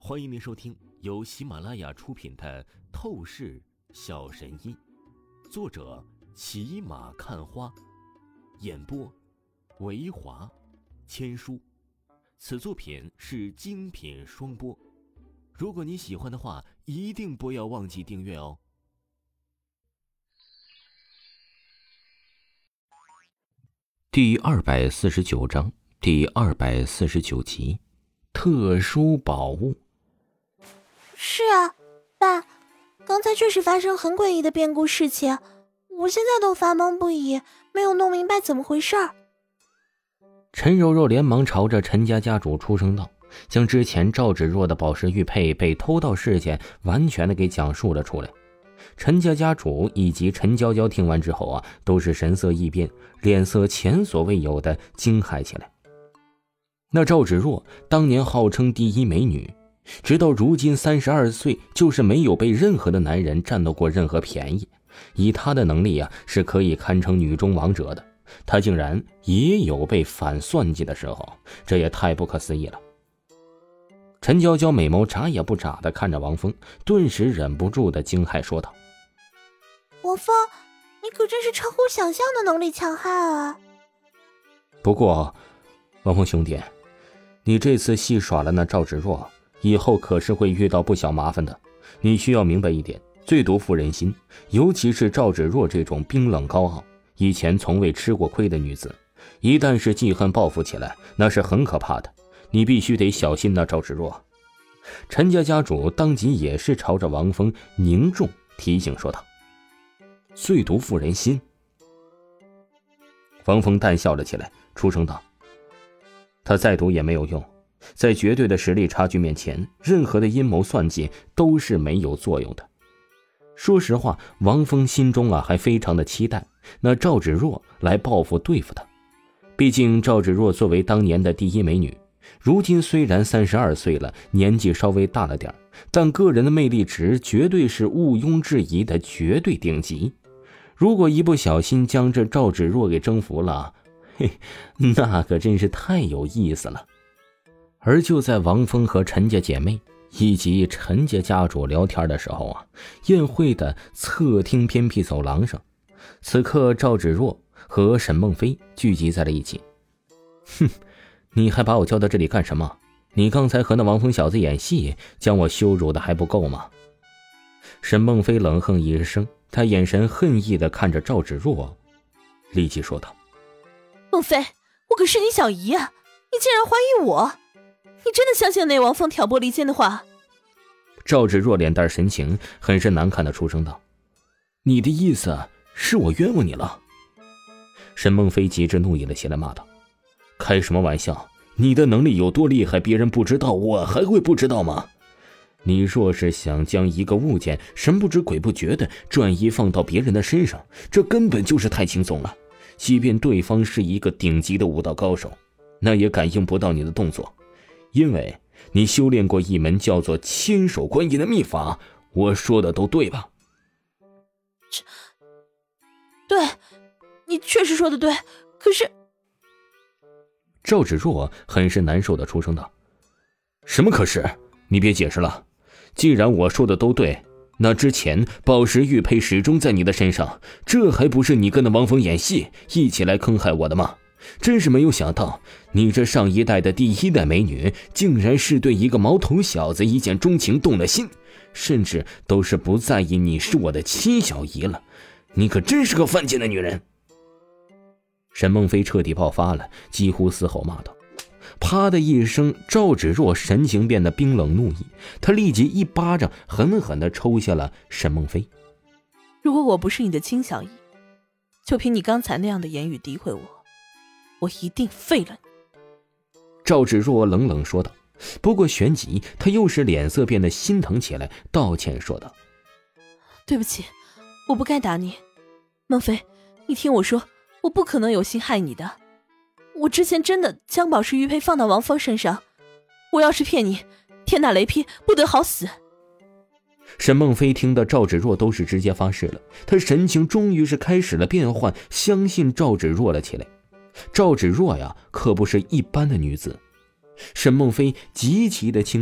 欢迎您收听由喜马拉雅出品的《透视小神医》，作者骑马看花，演播维华千书。此作品是精品双播。如果你喜欢的话，一定不要忘记订阅哦。第249章第249集，特殊宝物。 是啊，爸，刚才确实发生很诡异的变故事情，我现在都发懵不已，没有弄明白怎么回事儿。 陈柔柔连忙朝着陈家家主出声道，将之前赵芷若的宝石玉佩被偷盗事件完全的给讲述了出来。陈家家主以及陈娇娇听完之后都是神色异变，脸色前所未有的惊骇起来。那赵芷若当年号称第一美女，直到如今32岁，就是没有被任何的男人占到过任何便宜。以她的能力是可以堪称女中王者的，她竟然也有被反算计的时候，这也太不可思议了。陈娇娇美眸眨也不眨地看着王峰，顿时忍不住的惊骇说道： 王峰，你可真是超乎想象的能力强悍啊！ 不过王峰兄弟，你这次戏耍了那赵芷若，以后可是会遇到不小麻烦的。你需要明白一点，最毒妇人心，尤其是赵芷若这种冰冷高傲，以前从未吃过亏的女子，一旦是记恨报复起来，那是很可怕的。你必须得小心那赵芷若。陈家家主当即也是朝着王峰凝重提醒说道：最毒妇人心。王峰淡笑了起来，出声道：他再毒也没有用，在绝对的实力差距面前，任何的阴谋算计都是没有作用的。说实话，王峰心中还非常的期待那赵芷若来报复对付他。毕竟赵芷若作为当年的第一美女，如今虽然32岁了，年纪稍微大了点，但个人的魅力值绝对是毋庸置疑的绝对顶级。如果一不小心将这赵芷若给征服了，那可真是太有意思了。而就在王峰和陈家姐妹以及陈家家主聊天的时候宴会的侧厅偏僻走廊上，此刻赵芷若和沈梦飞聚集在了一起。你还把我叫到这里干什么？你刚才和那王峰小子演戏，将我羞辱的还不够吗？沈梦飞冷哼一声，他眼神恨意地看着赵芷若，立即说道： 梦飞，我可是你小姨啊，你竟然怀疑我？你真的相信那王峰挑拨离间的话？ 赵芷若脸蛋神情很是难看的出声道：你的意思是我冤枉你了？沈梦飞极致怒意了起来，骂道：开什么玩笑，你的能力有多厉害别人不知道，我还会不知道吗？你若是想将一个物件神不知鬼不觉的转移放到别人的身上，这根本就是太轻松了。即便对方是一个顶级的武道高手，那也感应不到你的动作，因为你修炼过一门叫做千手观音的秘法。我说的都对吧？ 对，你确实说的对，可是…… 赵芷若很是难受的出声道：什么可是？你别解释了，既然我说的都对，那之前宝石玉佩始终在你的身上，这还不是你跟那王峰演戏一起来坑害我的吗？真是没有想到，你这上一代的第一代美女，竟然是对一个毛头小子一见钟情动了心，甚至都是不在意你是我的亲小姨了。你可真是个犯贱的女人！沈梦飞彻底爆发了，几乎嘶吼骂道。啪的一声，赵芷若神情变得冰冷怒意，她立即一巴掌狠狠地抽下了沈梦飞。 如果我不是你的亲小姨，就凭你刚才那样的言语诋毁我，我一定废了你。 赵芷若冷冷说道。不过旋即她又是脸色变得心疼起来，道歉说道： 对不起，我不该打你。孟非，你听我说，我不可能有心害你的。我之前真的将宝石玉佩放到王峰身上，我要是骗你，天打雷劈，不得好死。 沈梦飞听得赵芷若都是直接发誓了，她神情终于是开始了变换，相信赵芷若了起来。赵芷若可不是一般的女子。沈梦飞极其的清楚，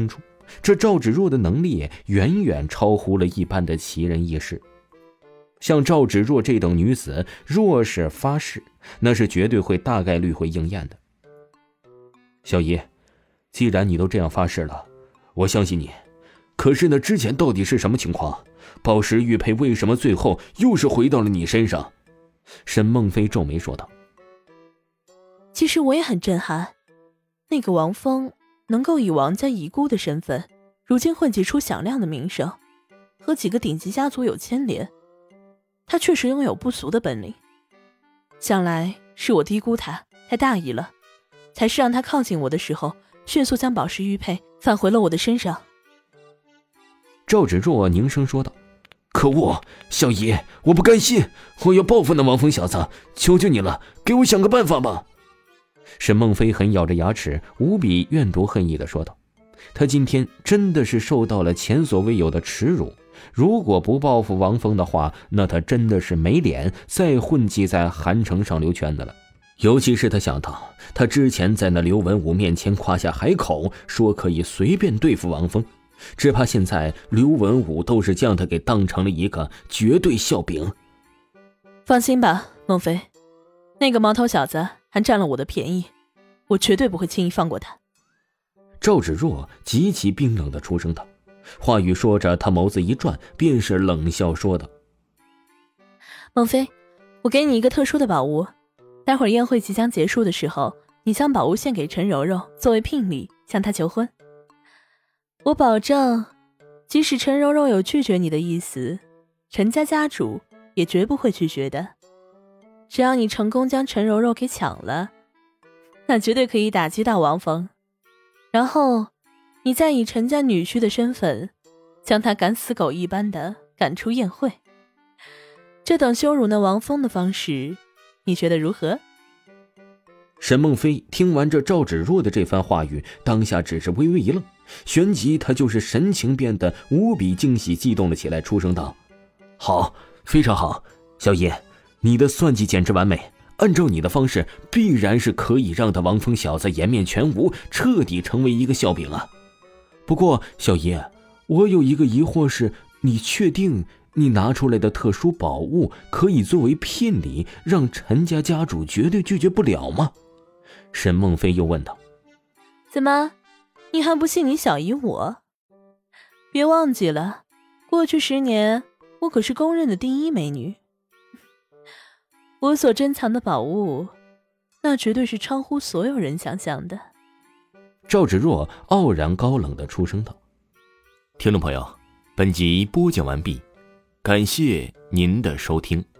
这赵芷若的能力远远超乎了一般的奇人异士。像赵芷若这等女子，若是发誓，那是绝对会大概率会应验的。小姨，既然你都这样发誓了，我相信你。可是那之前到底是什么情况？宝石玉佩为什么最后又是回到了你身上？沈梦飞皱眉说道。 其实我也很震撼，那个王峰能够以王家遗孤的身份，如今混迹出响亮的名声，和几个顶级家族有牵连。他确实拥有不俗的本领，想来是我低估他，太大意了，才是让他靠近我的时候，迅速将宝石玉佩返回了我的身上。 赵芷若凝声说道。可恶，小姨，我不甘心，我要报复那王峰小子，求求你了，给我想个办法吧。沈梦飞狠咬着牙齿，无比怨毒恨意地说道。他今天真的是受到了前所未有的耻辱，如果不报复王峰的话，那他真的是没脸再混迹在韩城上流圈子了。尤其是他想到他之前在那刘文武面前夸下海口，说可以随便对付王峰，只怕现在刘文武都是将他给当成了一个绝对笑柄。 放心吧，孟非，那个毛头小子还占了我的便宜，我绝对不会轻易放过他。 赵芷若极其冰冷地出声道，话语说着，他眸子一转，便是冷笑说道： 孟非，我给你一个特殊的宝物，待会儿宴会即将结束的时候，你将宝物献给陈柔柔作为聘礼，向她求婚。我保证，即使陈柔柔有拒绝你的意思，陈家家主也绝不会拒绝的。只要你成功将陈柔柔给抢了，那绝对可以打击到王峰，然后你再以陈家女婿的身份将他赶死狗一般的赶出宴会。这等羞辱那王峰的方式，你觉得如何？ 沈梦飞听完这赵芷若的这番话语，当下只是微微一愣，旋即他就是神情变得无比惊喜激动了起来，出声道：好，非常好，小姨，你的算计简直完美，按照你的方式，必然是可以让他王峰小子颜面全无，彻底成为一个笑柄啊。不过小姨，我有一个疑惑是，你确定你拿出来的特殊宝物可以作为聘礼，让陈家家主绝对拒绝不了吗？沈梦飞又问道。 怎么，你还不信你小姨我？别忘记了，过去10年我可是公认的第一美女，我所珍藏的宝物，那绝对是超乎所有人想象的。 赵芷若傲然高冷地出声道。 听众朋友，本集播讲完毕，感谢您的收听。